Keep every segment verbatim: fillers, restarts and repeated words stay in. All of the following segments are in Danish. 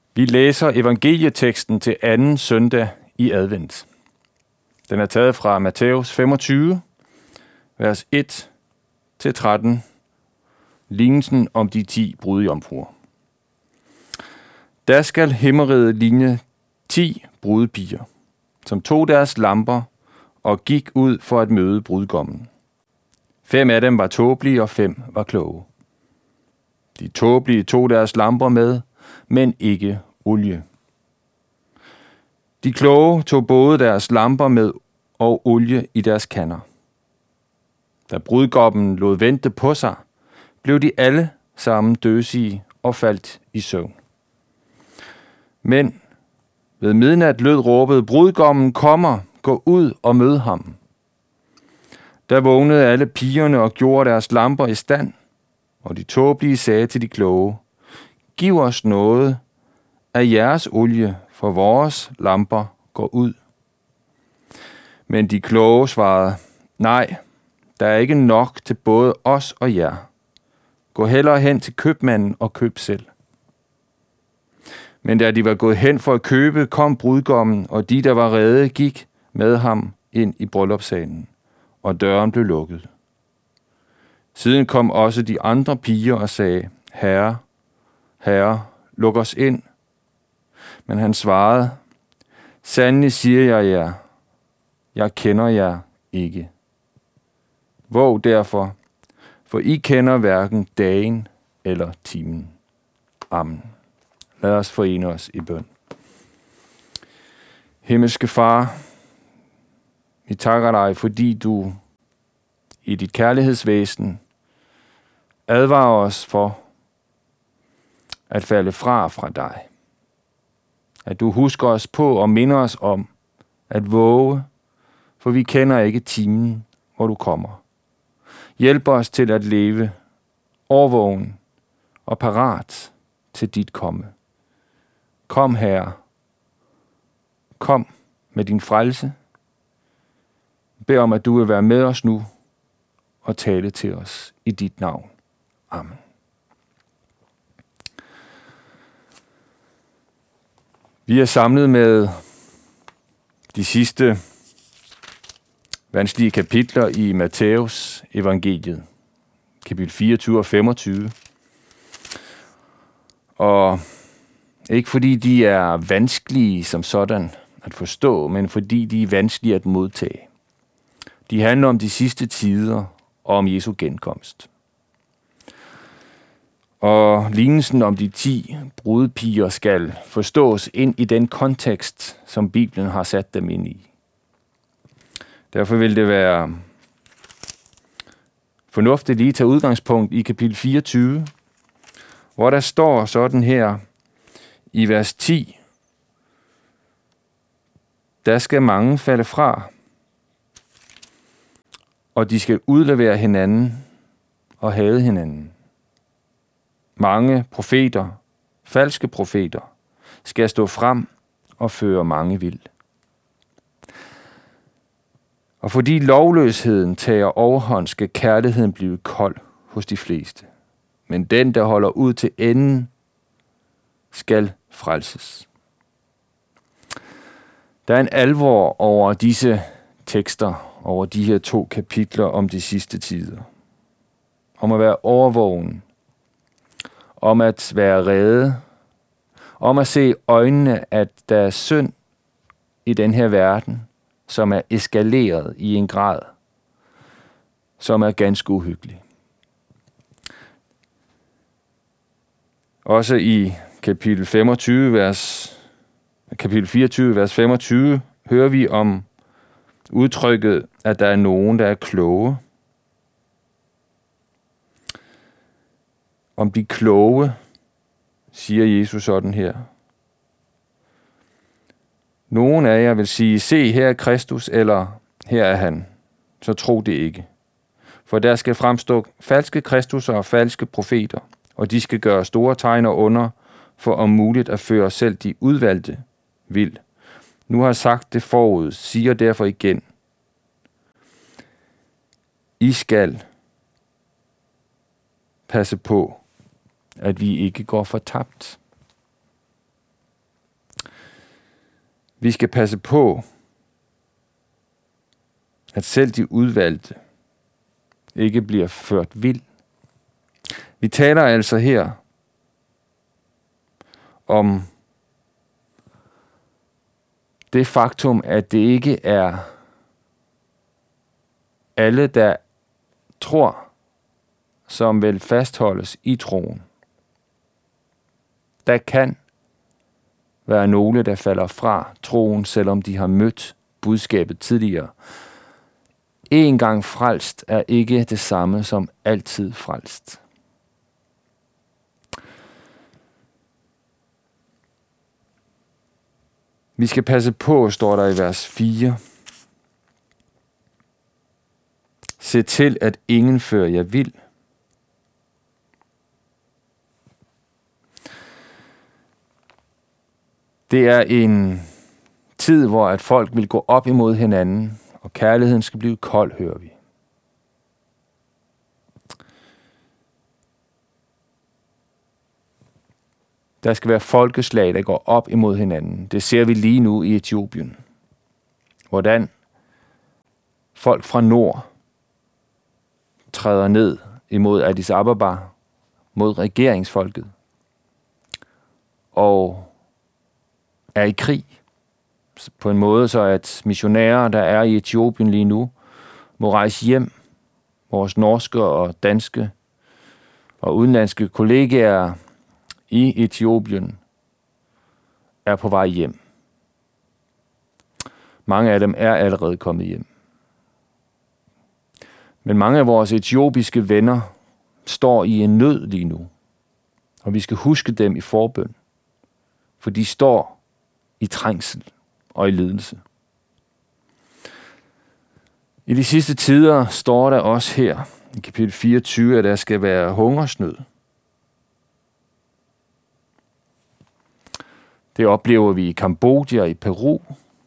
Vi læser evangelieteksten til anden søndag i advent. Den er taget fra Matthæus femogtyve, vers et til tretten, lignelsen om de ti brudejomfruer. Der skal himmeriget ligne ti brudepiger, som tog deres lamper og gik ud for at møde brudgommen. Fem af dem var tåbelige, og fem var kloge. De tåbelige tog deres lamper med, men ikke olie. De kloge tog både deres lamper med og olie i deres kander. Da brudgommen lod vente på sig, blev de alle sammen døsige og faldt i søvn. Men ved midnat lød råbet: brudgommen kommer, gå ud og mød ham. Der vågnede alle pigerne og gjorde deres lamper i stand, og de tåbelige sagde til de kloge: giv os noget af jeres olie, for vores lamper går ud. Men de kloge svarede: nej, der er ikke nok til både os og jer. Gå hellere hen til købmanden og køb selv. Men da de var gået hen for at købe, kom brudgommen, og de, der var rede, gik med ham ind i bryllupssalen, og døren blev lukket. Siden kom også de andre piger og sagde: Herre, Herre, luk os ind. Men han svarede: sandelig siger jeg jer, jeg kender jer ikke. Våg derfor, for I kender hverken dagen eller timen. Amen. Lad os forene os i bøn. Himmelske Far, vi takker dig, fordi du i dit kærlighedsvæsen advarer os for at falde fra fra dig. At du husker os på og minder os om at våge, for vi kender ikke timen, hvor du kommer. Hjælp os til at leve årvågen og parat til dit komme. Kom, Herre. Kom med din frelse. Bed om, at du vil være med os nu og tale til os i dit navn. Amen. Vi er samlet med de sidste vanskelige kapitler i Matthæus evangeliet, kapitel fireogtyve og femogtyve. Og ikke fordi de er vanskelige som sådan at forstå, men fordi de er vanskelige at modtage. De handler om de sidste tider og om Jesu genkomst. Og lignelsen om de ti brudepiger skal forstås ind i den kontekst, som Bibelen har sat dem ind i. Derfor vil det være fornuftigt lige at tage udgangspunkt i kapitel fireogtyve, hvor der står sådan her i vers ti: der skal mange falde fra, og de skal udlevere hinanden og hade hinanden. Mange profeter, falske profeter, skal stå frem og føre mange vild. Og fordi lovløsheden tager overhånd, skal kærligheden blive kold hos de fleste. Men den, der holder ud til enden, skal frelses. Der er en alvor over disse tekster, over de her to kapitler om de sidste tider. Om at være overvågen, om at være rede, om at se i øjnene, at der er synd i den her verden, som er eskaleret i en grad, som er ganske uhyggelig. Også i kapitel femogtyve, vers, kapitel fireogtyve, vers femogtyve, hører vi om udtrykket, at der er nogen, der er kloge. Om de kloge, siger Jesus sådan her: nogen af jer vil sige, se, her er Kristus, eller her er han. Så tro det ikke. For der skal fremstå falske kristusser og falske profeter, og de skal gøre store tegn og under, for om muligt at føre selv de udvalgte vild. Nu har jeg sagt det forud, siger derfor igen: I skal passe på, at vi ikke går fortabt. Vi skal passe på, at selv de udvalgte ikke bliver ført vild. Vi taler altså her om det faktum, at det ikke er alle, der tror, som vil fastholdes i troen. Der kan være nogle, der falder fra troen, selvom de har mødt budskabet tidligere. En gang frelst er ikke det samme som altid frelst. Vi skal passe på, står der i vers fire. Se til, at ingen fører jer vild. Det er en tid, hvor at folk vil gå op imod hinanden, og kærligheden skal blive kold, hører vi. Der skal være folkeslag, der går op imod hinanden. Det ser vi lige nu i Etiopien. Hvordan folk fra nord træder ned imod Addis Ababa, mod regeringsfolket, og er i krig på en måde, så at missionærer, der er i Etiopien lige nu, må rejse hjem. Vores norske og danske og udenlandske kollegaer i Etiopien er på vej hjem. Mange af dem er allerede kommet hjem. Men mange af vores etiopiske venner står i en nød lige nu, og vi skal huske dem i forbøn, for de står i trængsel og i lidelse. I de sidste tider står der også her i kapitel fireogtyve, at der skal være hungersnød. Det oplever vi i Kambodja og i Peru.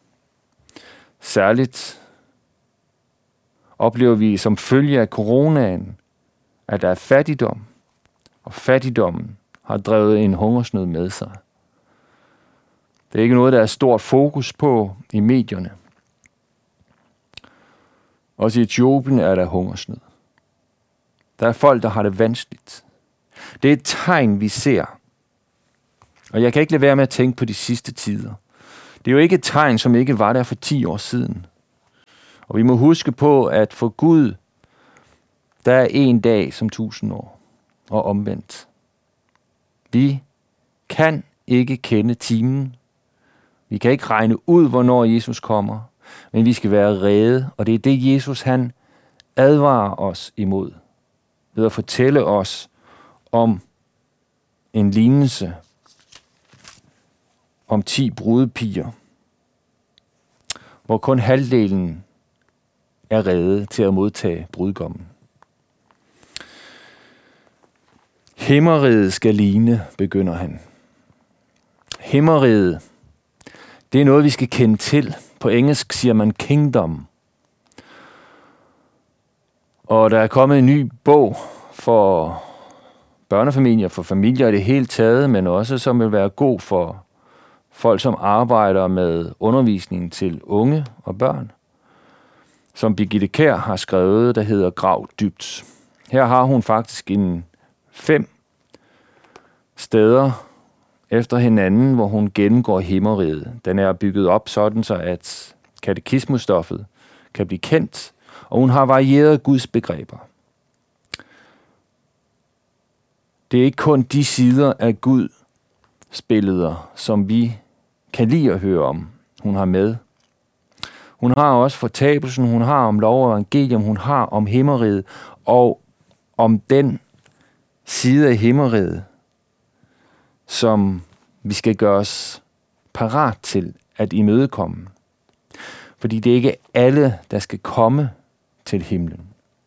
Særligt oplever vi som følge af coronaen, at der er fattigdom, og fattigdommen har drevet en hungersnød med sig. Det er ikke noget, der er stort fokus på i medierne. Også i Etiopien er der hungersnød. Der er folk, der har det vanskeligt. Det er et tegn, vi ser. Og jeg kan ikke lade være med at tænke på de sidste tider. Det er jo ikke et tegn, som ikke var der for ti år siden. Og vi må huske på, at for Gud, der er en dag som tusind år, og omvendt. Vi kan ikke kende timen. Vi kan ikke regne ud, hvornår Jesus kommer, men vi skal være rede, og det er det, Jesus han advarer os imod, ved at fortælle os om en lignelse om ti brudepiger, hvor kun halvdelen er rede til at modtage brudgommen. Himmeriget skal ligne, begynder han. Himmeriget, det er noget, vi skal kende til. På engelsk siger man kingdom. Og der er kommet en ny bog for børnefamilier, for familier i det hele taget, men også som vil være god for folk, som arbejder med undervisning til unge og børn, som Birgitte Kjær har skrevet, der hedder Grav dybt. Her har hun faktisk en fem steder efter hinanden, hvor hun gennemgår himmeriget. Den er bygget op sådan, så at katekismusstoffet kan blive kendt, og hun har varieret Guds begreber. Det er ikke kun de sider af Guds billeder, som vi kan lide at høre om, hun har med. Hun har også fortabelsen, hun har om lov og evangelium, hun har om himmeriget, og om den side af himmeriget, som vi skal gøre os parat til at imødekomme. Fordi det er ikke alle, der skal komme til himlen.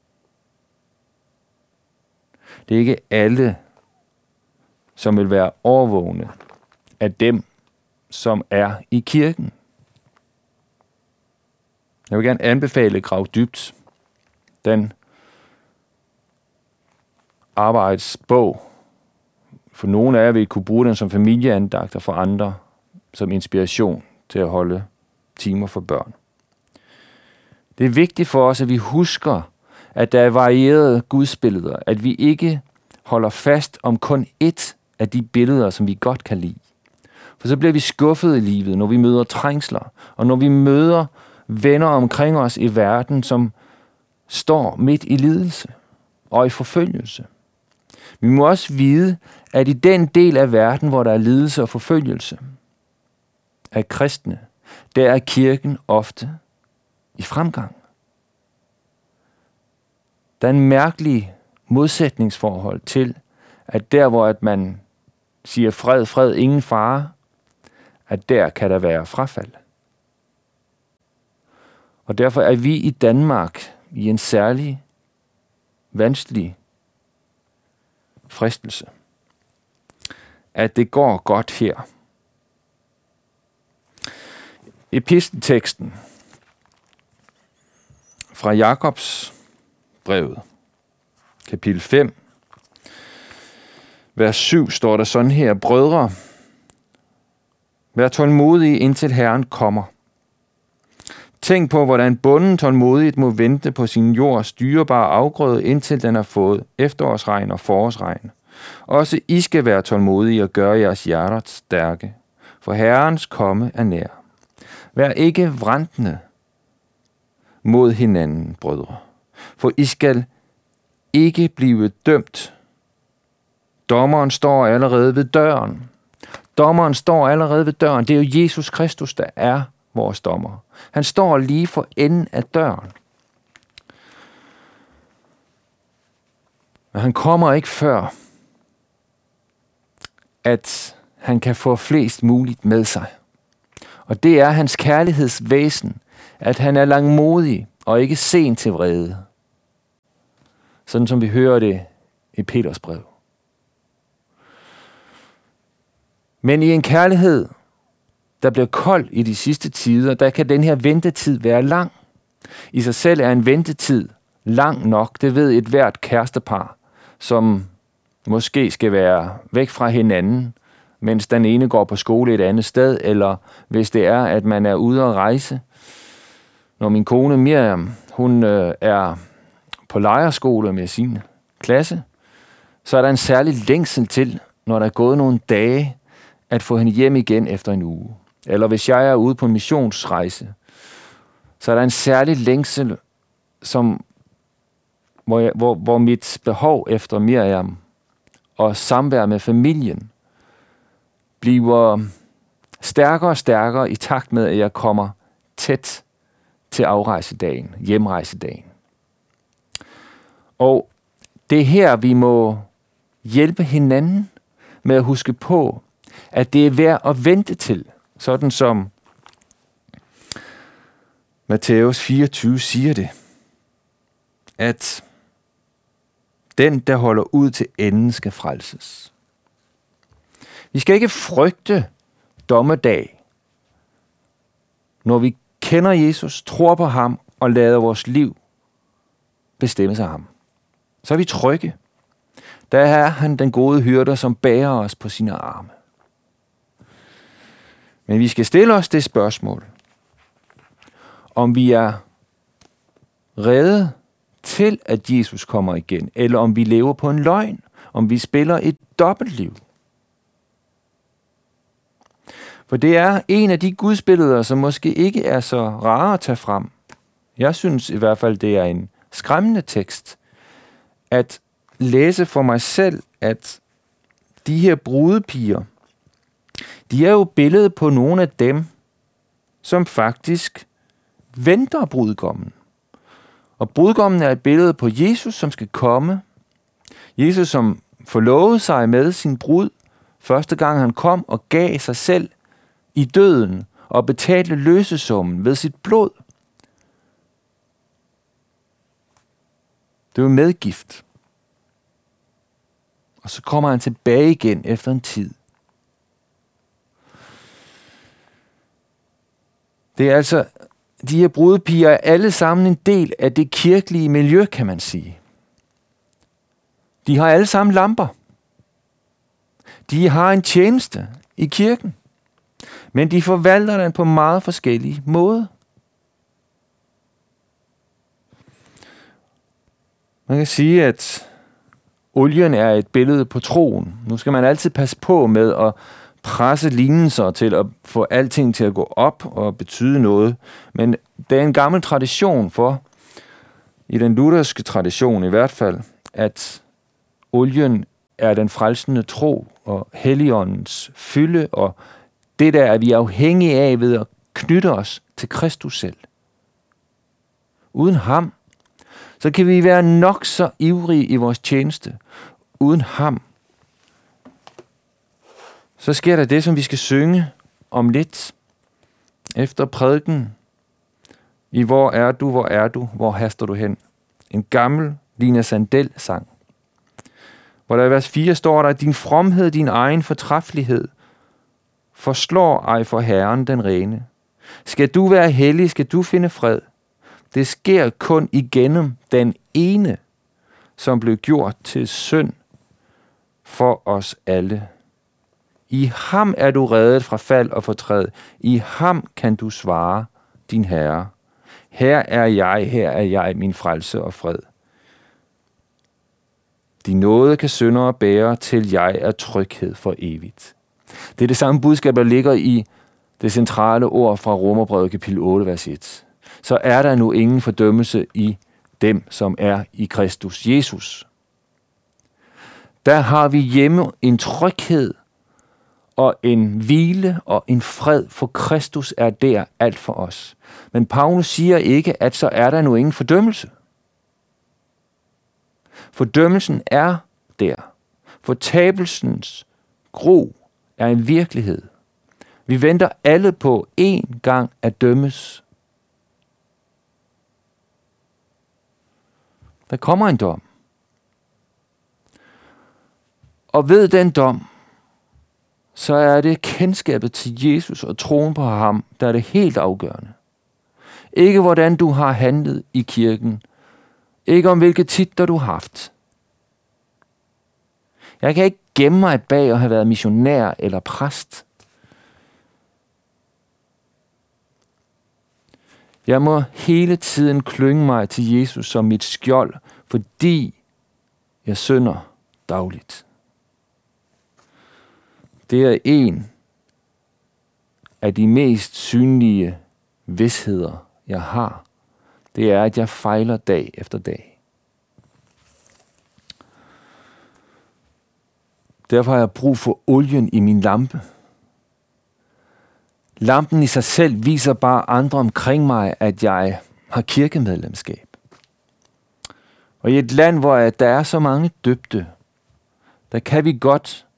Det er ikke alle, som vil være overvågne af dem, som er i kirken. Jeg vil gerne anbefale Grav dybt. Den arbejdsbog. For nogle af jer vil kunne bruge den som familieandagt, og for andre som inspiration til at holde timer for børn. Det er vigtigt for os, at vi husker, at der er varierede gudsbilleder, at vi ikke holder fast om kun ét af de billeder, som vi godt kan lide. For så bliver vi skuffet i livet, når vi møder trængsler, og når vi møder venner omkring os i verden, som står midt i lidelse og i forfølgelse. Vi må også vide, at i den del af verden, hvor der er lidelse og forfølgelse af kristne, der er kirken ofte i fremgang. Der er en mærkelig modsætningsforhold til, at der, hvor at man siger fred, fred, ingen fare, at der kan der være frafald. Og derfor er vi i Danmark i en særlig vanskelig fristelse, at det går godt her. Epistelteksten fra Jakobs brevet, kapitel fem, vers syv, står der sådan her: Brødre, vær tålmodige, indtil Herren kommer. Tænk på, hvordan bonden tålmodigt må vente på sin jords dyrebare afgrøde, indtil den har fået efterårsregn og forårsregn. Også I skal være tålmodige og gøre jeres hjerter stærke, for Herrens komme er nær. Vær ikke vrantende mod hinanden, brødre, for I skal ikke blive dømt. Dommeren står allerede ved døren. Dommeren står allerede ved døren. Det er jo Jesus Kristus, der er vores dommer. Han står lige for enden af døren. Men han kommer ikke før, at han kan få flest muligt med sig. Og det er hans kærlighedsvæsen, at han er langmodig og ikke sen til vrede. Sådan som vi hører det i Peters brev. Men i en kærlighed, der bliver kold i de sidste tider, der kan den her ventetid være lang. I sig selv er en ventetid lang nok, det ved et hvert kærestepar, som måske skal være væk fra hinanden, mens den ene går på skole et andet sted, eller hvis det er, at man er ude at rejse. Når min kone Miriam, hun øh, er på lejrskole med sin klasse, så er der en særlig længsel til, når der er gået nogle dage, at få hende hjem igen efter en uge. Eller hvis jeg er ude på en missionsrejse, så er der en særlig længsel, som, hvor, jeg, hvor, hvor mit behov efter Miriam og samvær med familien bliver stærkere og stærkere i takt med, at jeg kommer tæt til afrejsedagen, hjemrejsedagen. Og det er her, vi må hjælpe hinanden med at huske på, at det er værd at vente til, sådan som Matthæus fireogtyve siger det, at den, der holder ud til enden, skal frelses. Vi skal ikke frygte dommedag, når vi kender Jesus, tror på ham og lader vores liv bestemme sig af ham. Så er vi trygge. Der er han den gode hyrder, som bærer os på sine arme. Men vi skal stille os det spørgsmål, om vi er rede til, at Jesus kommer igen, eller om vi lever på en løgn, om vi spiller et dobbeltliv. For det er en af de gudsbilleder, som måske ikke er så rare at tage frem. Jeg synes i hvert fald, det er en skræmmende tekst, at læse for mig selv, at de her brudepiger, de er jo billedet på nogle af dem, som faktisk venter brudgommen. Og brudgommen er et billede på Jesus, som skal komme. Jesus, som forlovede sig med sin brud, første gang han kom og gav sig selv i døden og betalte løsesummen ved sit blod. Det var medgift. Og så kommer han tilbage igen efter en tid. Det er altså, de her brudepiger er alle sammen en del af det kirkelige miljø, kan man sige. De har alle sammen lamper. De har en tjeneste i kirken. Men de forvalter den på meget forskellige måder. Man kan sige, at olien er et billede på troen. Nu skal man altid passe på med at presse lignelser til at få alting til at gå op og betyde noget. Men det er en gammel tradition for, i den lutherske tradition i hvert fald, at olien er den frelsende tro og Helligåndens fylde, og det der er vi afhængige af ved at knytte os til Kristus selv. Uden ham, så kan vi være nok så ivrige i vores tjeneste. Uden ham, så sker der det, som vi skal synge om lidt efter prædiken. I hvor er du, hvor er du, hvor haster du hen? En gammel Lina Sandel-sang, hvor der i vers fire står der, din fromhed, din egen fortræffelighed, forslår ej for Herren den rene. Skal du være hellig, skal du finde fred. Det sker kun igennem den ene, som blev gjort til synd for os alle. I ham er du reddet fra fald og fortræd. I ham kan du svare, din Herre. Her er jeg, her er jeg, min frelse og fred. Din nåde kan syndere bære, til jeg er tryghed for evigt. Det er det samme budskab, der ligger i det centrale ord fra Romerbrevet kapitel otte, vers et. Så er der nu ingen fordømmelse i dem, som er i Kristus Jesus. Der har vi hjemme en tryghed og en hvile og en fred, for Kristus er der alt for os. Men Paulus siger ikke, at så er der nu ingen fordømmelse. Fordømmelsen er der. Fortabelsens gro er en virkelighed. Vi venter alle på én gang at dømmes. Der kommer en dom. Og ved den dom, så er det kendskabet til Jesus og troen på ham, der er det helt afgørende. Ikke hvordan du har handlet i kirken. Ikke om hvilke titler du har haft. Jeg kan ikke gemme mig bag at have været missionær eller præst. Jeg må hele tiden klynge mig til Jesus som mit skjold, fordi jeg synder dagligt. Det er en af de mest synlige visheder, jeg har. Det er, at jeg fejler dag efter dag. Derfor har jeg brug for olien i min lampe. Lampen i sig selv viser bare andre omkring mig, at jeg har kirkemedlemskab. Og i et land, hvor der er så mange døbte, der kan vi godt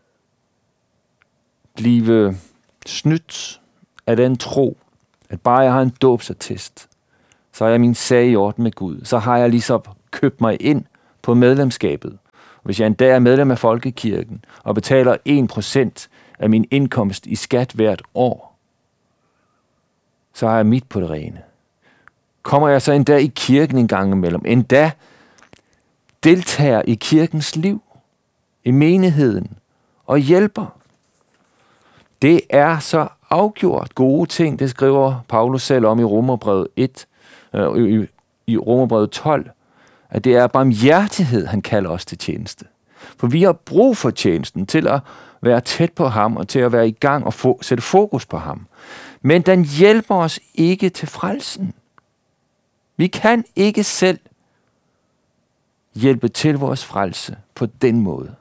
blive snydt af den tro, at bare jeg har en dåbsattest, så har jeg min sag i orden med Gud. Så har jeg ligesom købt mig ind på medlemskabet. Hvis jeg endda er medlem af Folkekirken og betaler en procent af min indkomst i skat hvert år, så har jeg mit på det rene. Kommer jeg så endda i kirken en gang imellem, endda deltager i kirkens liv, i menigheden og hjælper. Det er så afgjort gode ting, det skriver Paulus selv om i Romerbrevet et, øh, i, i Romerbrevet tolv, at det er barmhjertighed, han kalder os til tjeneste. For vi har brug for tjenesten til at være tæt på ham og til at være i gang og få, sætte fokus på ham. Men den hjælper os ikke til frelsen. Vi kan ikke selv hjælpe til vores frelse på den måde.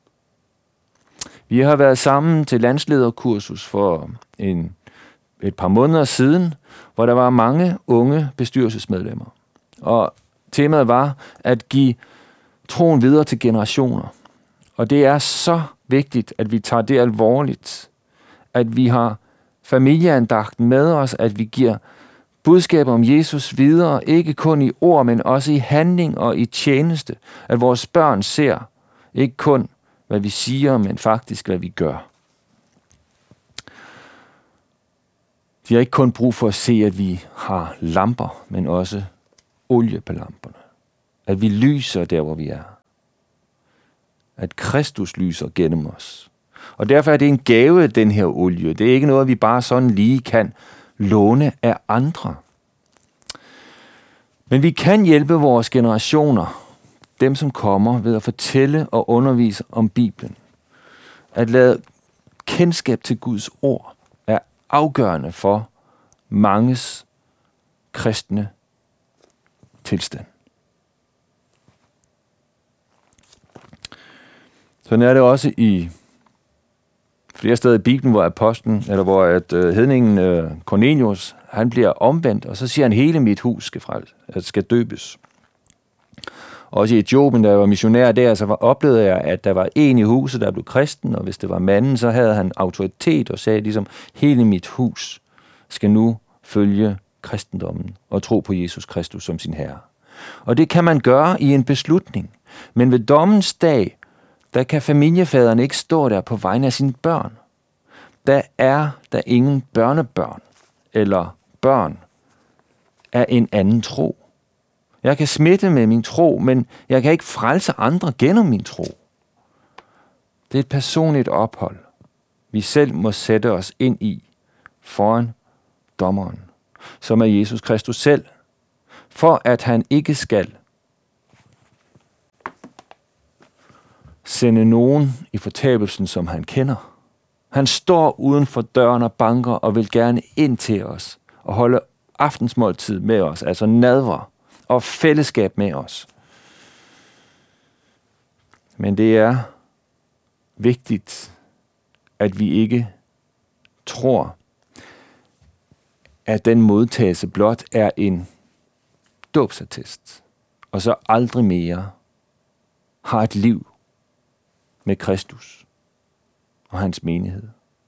Vi har været sammen til landslederkursus for en, et par måneder siden, hvor der var mange unge bestyrelsesmedlemmer. Og temaet var at give troen videre til generationer. Og det er så vigtigt, at vi tager det alvorligt. At vi har familieandagten med os, at vi giver budskaber om Jesus videre, ikke kun i ord, men også i handling og i tjeneste. At vores børn ser ikke kun, hvad vi siger, men faktisk, hvad vi gør. De har ikke kun brug for at se, at vi har lamper, men også olie på lamperne. At vi lyser der, hvor vi er. At Kristus lyser gennem os. Og derfor er det en gave, den her olie. Det er ikke noget, vi bare sådan lige kan låne af andre. Men vi kan hjælpe vores generationer, dem som kommer, ved at fortælle og undervise om Bibelen. At lade kendskab til Guds ord er afgørende for manges kristne tilstand. Sådan er det også i flere steder i Bibelen, hvor apostlen, eller hvor at øh, hedningen øh, Cornelius, han bliver omvendt, og så siger han, hele mit hus skal, frels, skal døbes. Også i Etiopien, da jeg var missionær der, så var, oplevede jeg, at der var en i huset, der blev kristen, og hvis det var manden, så havde han autoritet og sagde ligesom, hele mit hus skal nu følge kristendommen og tro på Jesus Kristus som sin herre. Og det kan man gøre i en beslutning. Men ved dommens dag, der kan familiefaderen ikke stå der på vegne af sine børn. Der er der ingen børnebørn eller børn af en anden tro. Jeg kan smitte med min tro, men jeg kan ikke frelse andre gennem min tro. Det er et personligt ophold, vi selv må sætte os ind i foran dommeren, som er Jesus Kristus selv, for at han ikke skal sende nogen i fortabelsen, som han kender. Han står uden for døren og banker og vil gerne ind til os og holde aftensmåltid med os, altså nadver og fællesskab med os. Men det er vigtigt, at vi ikke tror, at den modtagelse blot er en dåbsattest, og så aldrig mere har et liv med Kristus og hans menighed.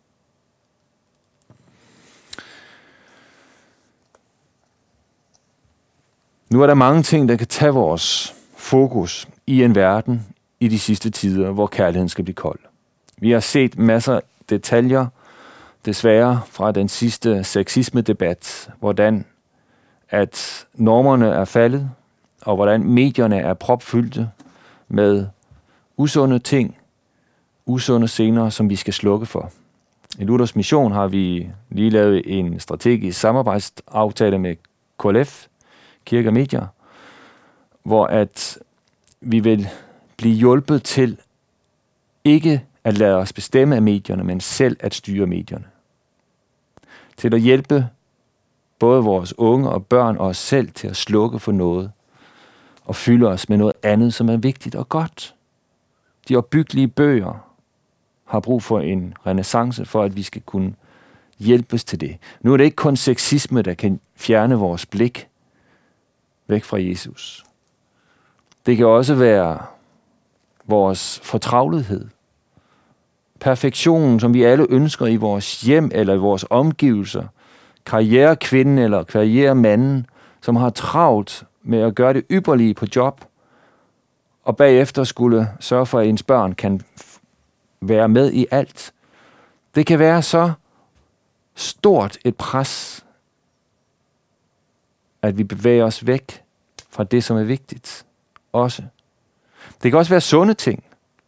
Nu er der mange ting, der kan tage vores fokus i en verden i de sidste tider, hvor kærligheden skal blive kold. Vi har set masser af detaljer, desværre fra den sidste sexisme-debat, hvordan at normerne er faldet, og hvordan medierne er propfyldte med usunde ting, usunde scener, som vi skal slukke for. I Luthers Mission har vi lige lavet en strategisk samarbejdsaftale med K L F, Kirke og Medier, hvor at vi vil blive hjulpet til ikke at lade os bestemme af medierne, men selv at styre medierne. Til at hjælpe både vores unge og børn og os selv til at slukke for noget og fylde os med noget andet, som er vigtigt og godt. De opbyggelige bøger har brug for en renæssance for, at vi skal kunne hjælpes til det. Nu er det ikke kun sexisme, der kan fjerne vores blik væk fra Jesus. Det kan også være vores fortravlethed. Perfektionen, som vi alle ønsker i vores hjem eller i vores omgivelser. Karrierekvinden eller karrieremanden, som har travlt med at gøre det ypperlige på job, og bagefter skulle sørge for, at ens børn kan være med i alt. Det kan være så stort et pres, at vi bevæger os væk fra det, som er vigtigt. Også. Det kan også være sunde ting.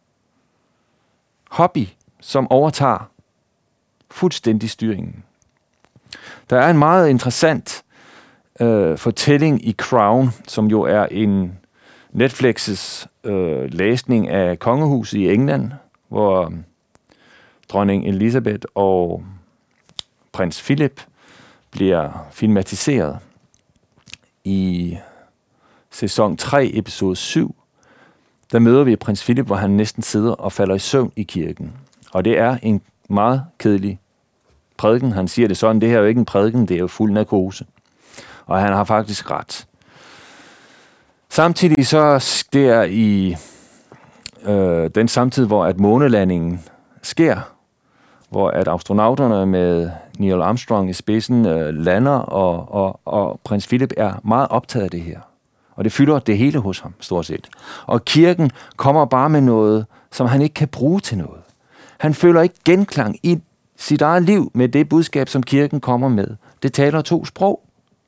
Hobby, som overtager fuldstændig styringen. Der er en meget interessant øh, fortælling i Crown, som jo er en Netflix's øh, læsning af kongehuset i England, hvor dronning Elizabeth og prins Philip bliver filmatiseret i sæson tre, episode syv. Der møder vi prins Philip, hvor han næsten sidder og falder i søvn i kirken. Og det er en meget kedelig prædiken. Han siger det sådan, det her er jo ikke en prædiken, det er jo fuld narkose. Og han har faktisk ret. Samtidig så der i øh, den samtid, hvor at månelandingen sker, hvor at astronauterne med Neil Armstrong i spidsen øh, lander, og, og, og prins Philip er meget optaget af det her. Og det fylder det hele hos ham, stort set. Og kirken kommer bare med noget, som han ikke kan bruge til noget. Han føler ikke genklang i sit eget liv med det budskab, som kirken kommer med. Det taler to sprog.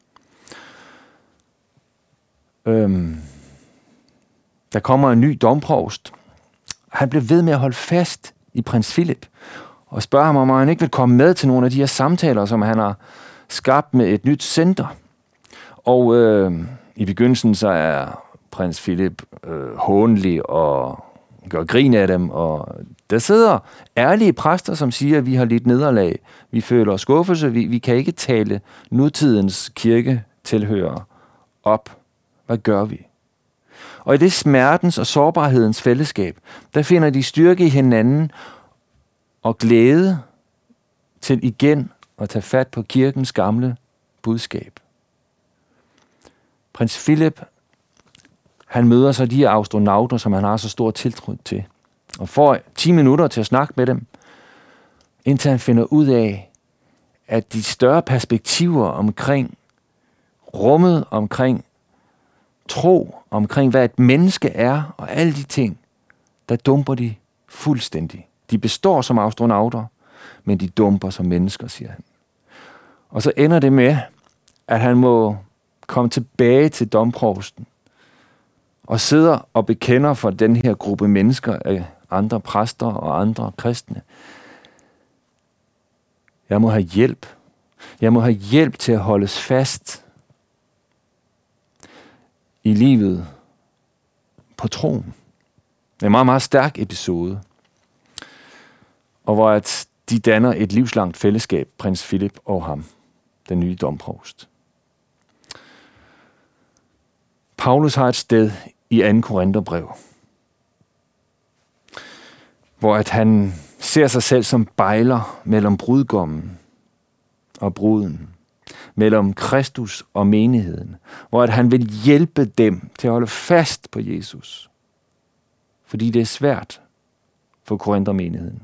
Øhm, der kommer en ny domprovst. Han blev ved med at holde fast i prins Philip og spørger ham, om han ikke vil komme med til nogle af de her samtaler, som han har skabt med et nyt center. Og øh, i begyndelsen så er prins Philip øh, hånlig og gør grin af dem, og der sidder ærlige præster, som siger, at vi har lidt nederlag, vi føler skuffelse, vi, vi kan ikke tale nutidens kirketilhørere op. Hvad gør vi? Og i det smertens og sårbarhedens fællesskab, der finder de styrke i hinanden og glæde til igen at tage fat på kirkens gamle budskab. Prins Philip, han møder så de her astronauter, som han har så stor tiltro til, og får ti minutter til at snakke med dem, indtil han finder ud af, at de større perspektiver omkring rummet, omkring tro, omkring hvad et menneske er, og alle de ting, der dumper de fuldstændig. De består som astronauter, men de dumper som mennesker, siger han. Og så ender det med, at han må komme tilbage til domprovsten, og sidder og bekender for den her gruppe mennesker af andre præster og andre kristne. Jeg må have hjælp. Jeg må have hjælp til at holdes fast i livet på troen. Det er en meget, meget stærk episode, og hvor at de danner et livslangt fællesskab, prins Philip og ham, den nye domprovst. Paulus har et sted i anden Korintherbrev, hvor at han ser sig selv som bejler mellem brudgommen og bruden, mellem Kristus og menigheden, hvor at han vil hjælpe dem til at holde fast på Jesus, fordi det er svært for Korinthermenigheden.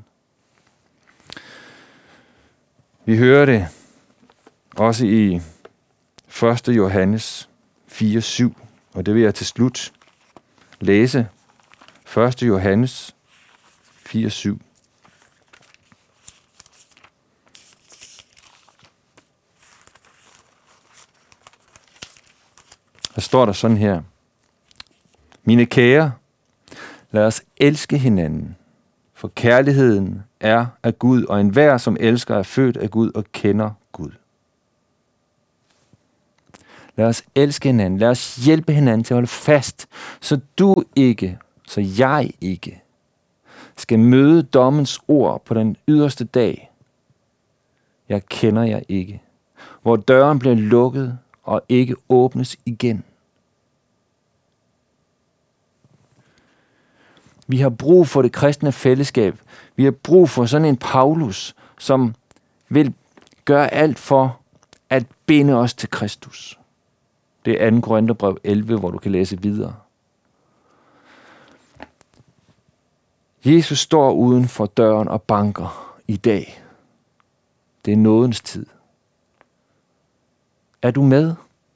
Vi hører det også i første Johannes fire syv, og det vil jeg til slut læse. første Johannes fire syv. Der står der sådan her: Mine kære, lad os elske hinanden, for kærligheden er af Gud, og enhver, som elsker, er født af Gud og kender Gud. Lad os elske hinanden, lad os hjælpe hinanden til at holde fast, så du ikke, så jeg ikke, skal møde dommens ord på den yderste dag. Jeg kender jer ikke, hvor døren bliver lukket og ikke åbnes igen. Vi har brug for det kristne fællesskab. Vi har brug for sådan en Paulus, som vil gøre alt for at binde os til Kristus. Det er anden Korintherbrev elleve, hvor du kan læse videre. Jesus står uden for døren og banker i dag. Det er nådens tid. Er du med?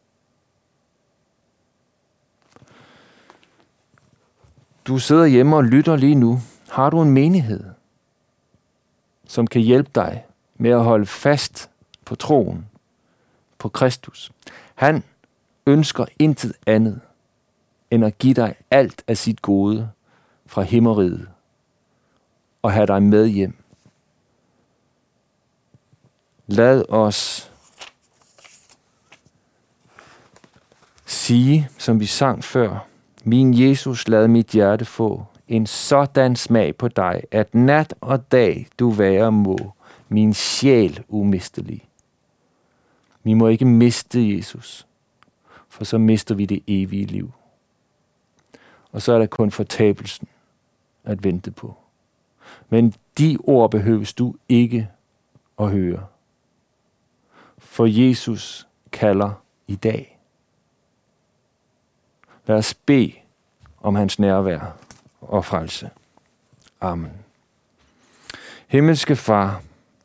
Du sidder hjemme og lytter lige nu. Har du en menighed, som kan hjælpe dig med at holde fast på troen, på Kristus? Han ønsker intet andet, end at give dig alt af sit gode fra himmeriget og have dig med hjem. Lad os sige, som vi sang før: Min Jesus, lad mit hjerte få en sådan smag på dig, at nat og dag du være må, min sjæl umistelig. Vi må ikke miste Jesus, for så mister vi det evige liv. Og så er der kun fortabelsen at vente på. Men de ord behøves du ikke at høre, for Jesus kalder i dag. Lad os bede om hans nærvær og frelse. Amen. Himmelske Far,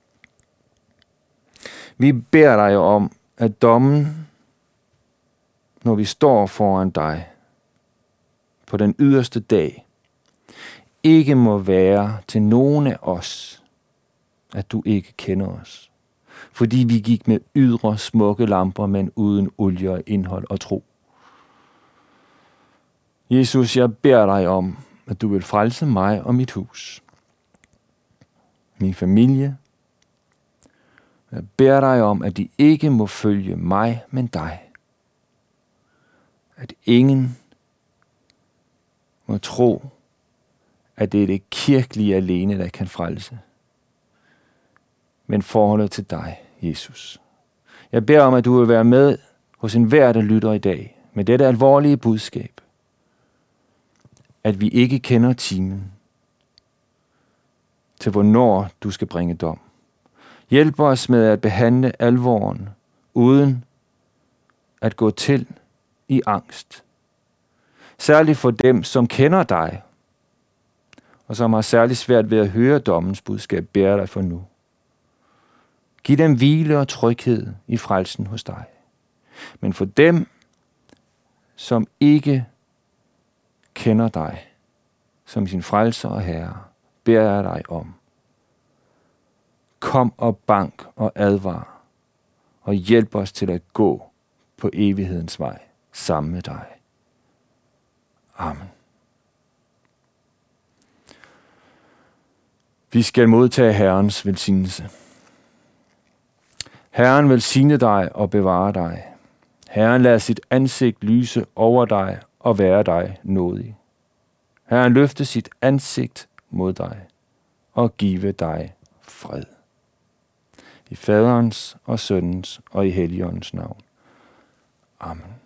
vi beder dig om, at dommen, når vi står foran dig på den yderste dag, ikke må være til nogen af os, at du ikke kender os. Fordi vi gik med ydre smukke lamper, men uden olie og indhold og tro. Jesus, jeg beder dig om, at du vil frelse mig og mit hus. min familie. Jeg beder dig om, at de ikke må følge mig, men dig. At ingen må tro, at det er det kirkelige alene, der kan frelse, men forholdet til dig, Jesus. Jeg beder om, at du vil være med hos enhver, der lytter i dag, med dette alvorlige budskab, at vi ikke kender timen til, hvornår du skal bringe dom. Hjælp os med at behandle alvoren, uden at gå til i angst. Særligt for dem, som kender dig, og som har særligt svært ved at høre dommens budskab, beder dig for nu. Giv dem hvile og tryghed i frelsen hos dig. Men for dem, som ikke kender dig som sin frelser og herre, beder jeg dig om. Kom og bank og advar, og hjælp os til at gå på evighedens vej sammen med dig. Amen. Vi skal modtage Herrens velsignelse. Herren velsigne dig og bevare dig. Herren lader sit ansigt lyse over dig og være dig nådig. Herren løfte sit ansigt mod dig og give dig fred. I Faderens og Sønnens og i Helligåndens navn. Amen.